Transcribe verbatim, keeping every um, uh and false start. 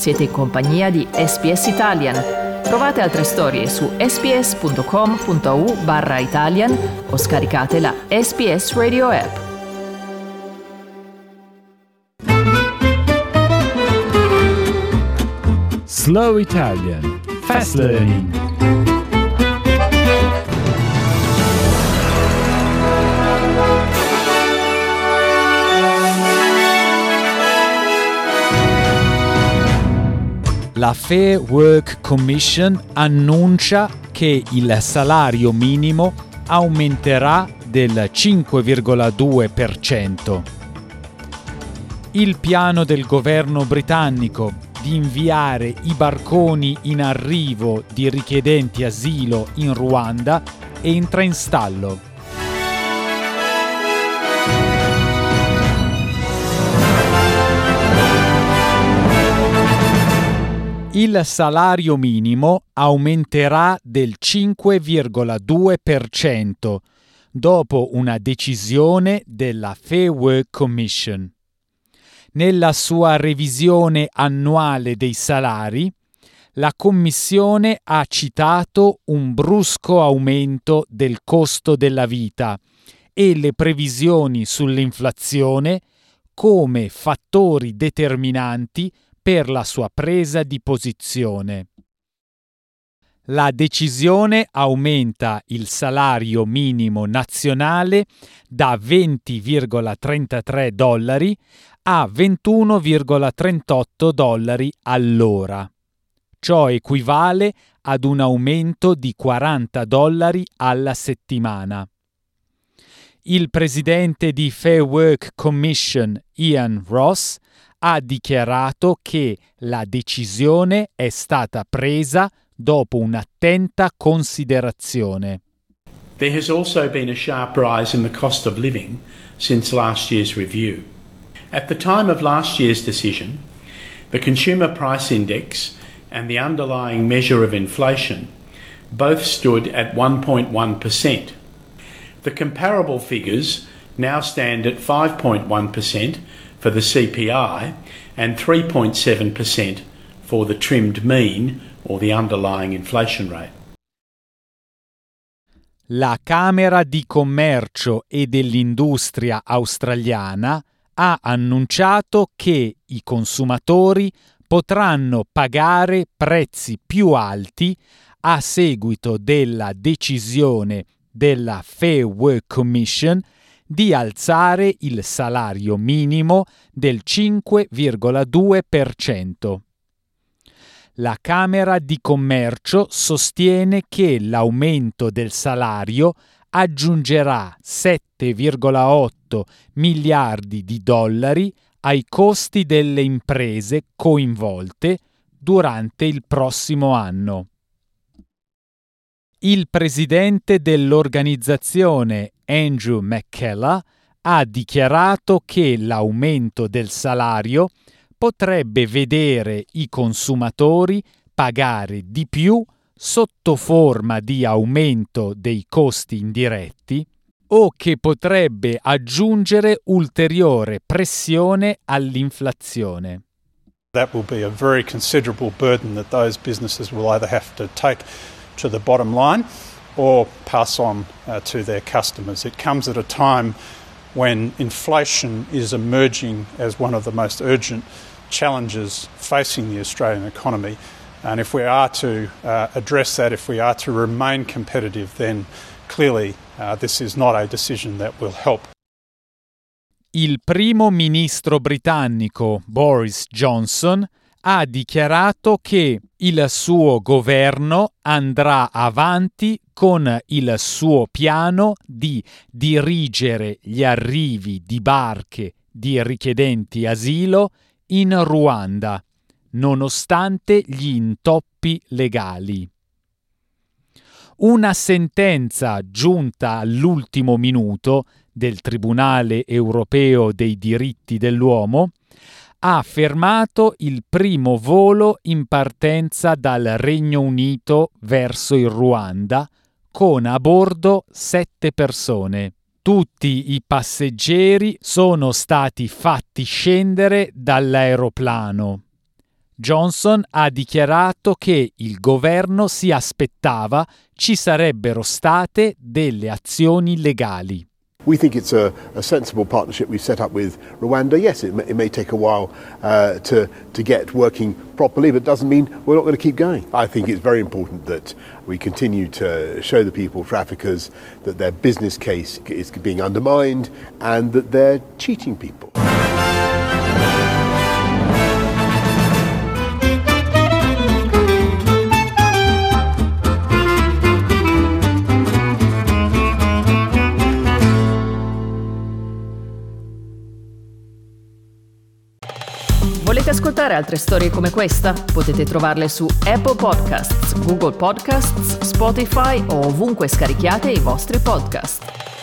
Siete in compagnia di S B S Italian. Trovate altre storie su sbs.com.au barra Italian o scaricate la S B S Radio app. Slow Italian. Fast Learning. La Fair Work Commission annuncia che il salario minimo aumenterà del cinque virgola due per cento. Il piano del governo britannico di inviare i barconi in arrivo di richiedenti asilo in Ruanda entra in stallo. Il salario minimo aumenterà del cinque virgola due per cento dopo una decisione della Fair Work Commission. Nella sua revisione annuale dei salari, la Commissione ha citato un brusco aumento del costo della vita e le previsioni sull'inflazione come fattori determinanti per la sua presa di posizione. La decisione aumenta il salario minimo nazionale da venti virgola trentatré dollari a ventuno virgola trentotto dollari all'ora. Ciò equivale ad un aumento di quaranta dollari alla settimana. Il presidente di Fair Work Commission, Ian Ross, ha dichiarato che la decisione è stata presa dopo un'attenta considerazione. There has also been a sharp rise in the cost of living since last year's review. At the time of last year's decision, the Consumer Price Index and the underlying measure of inflation both stood at one point one percent. The comparable figures now stand at five point one percent for the C P I and three point seven percent for the trimmed mean or the underlying inflation rate. La Camera di Commercio e dell'Industria australiana ha annunciato che i consumatori potranno pagare prezzi più alti a seguito della decisione della Fair Work Commission di alzare il salario minimo del cinque virgola due per cento. La Camera di Commercio sostiene che l'aumento del salario aggiungerà sette virgola otto miliardi di dollari ai costi delle imprese coinvolte durante il prossimo anno. Il presidente dell'organizzazione, Andrew McKellar, ha dichiarato che l'aumento del salario potrebbe vedere i consumatori pagare di più sotto forma di aumento dei costi indiretti o che potrebbe aggiungere ulteriore pressione all'inflazione. That will be a very considerable burden that those businesses will either have to take to the bottom line or pass on uh, to their customers. It comes at a time when inflation is emerging as one of the most urgent challenges facing the Australian economy. And if we are to uh, address that, if we are to remain competitive, then clearly uh, this is not a decision that will help. Il primo ministro britannico Boris Johnson ha dichiarato che il suo governo andrà avanti con il suo piano di dirigere gli arrivi di barche di richiedenti asilo in Ruanda, nonostante gli intoppi legali. Una sentenza giunta all'ultimo minuto del Tribunale europeo dei diritti dell'uomo ha fermato il primo volo in partenza dal Regno Unito verso il Ruanda con a bordo sette persone. Tutti i passeggeri sono stati fatti scendere dall'aeroplano. Johnson ha dichiarato che il governo si aspettava ci sarebbero state delle azioni legali. We think it's a, a sensible partnership we've set up with Rwanda. Yes, it may, it may take a while uh, to, to get working properly, but it doesn't mean we're not going to keep going. I think it's very important that we continue to show the people, traffickers, that their business case is being undermined and that they're cheating people. Volete ascoltare altre storie come questa? Potete trovarle su Apple Podcasts, Google Podcasts, Spotify o ovunque scarichiate i vostri podcast.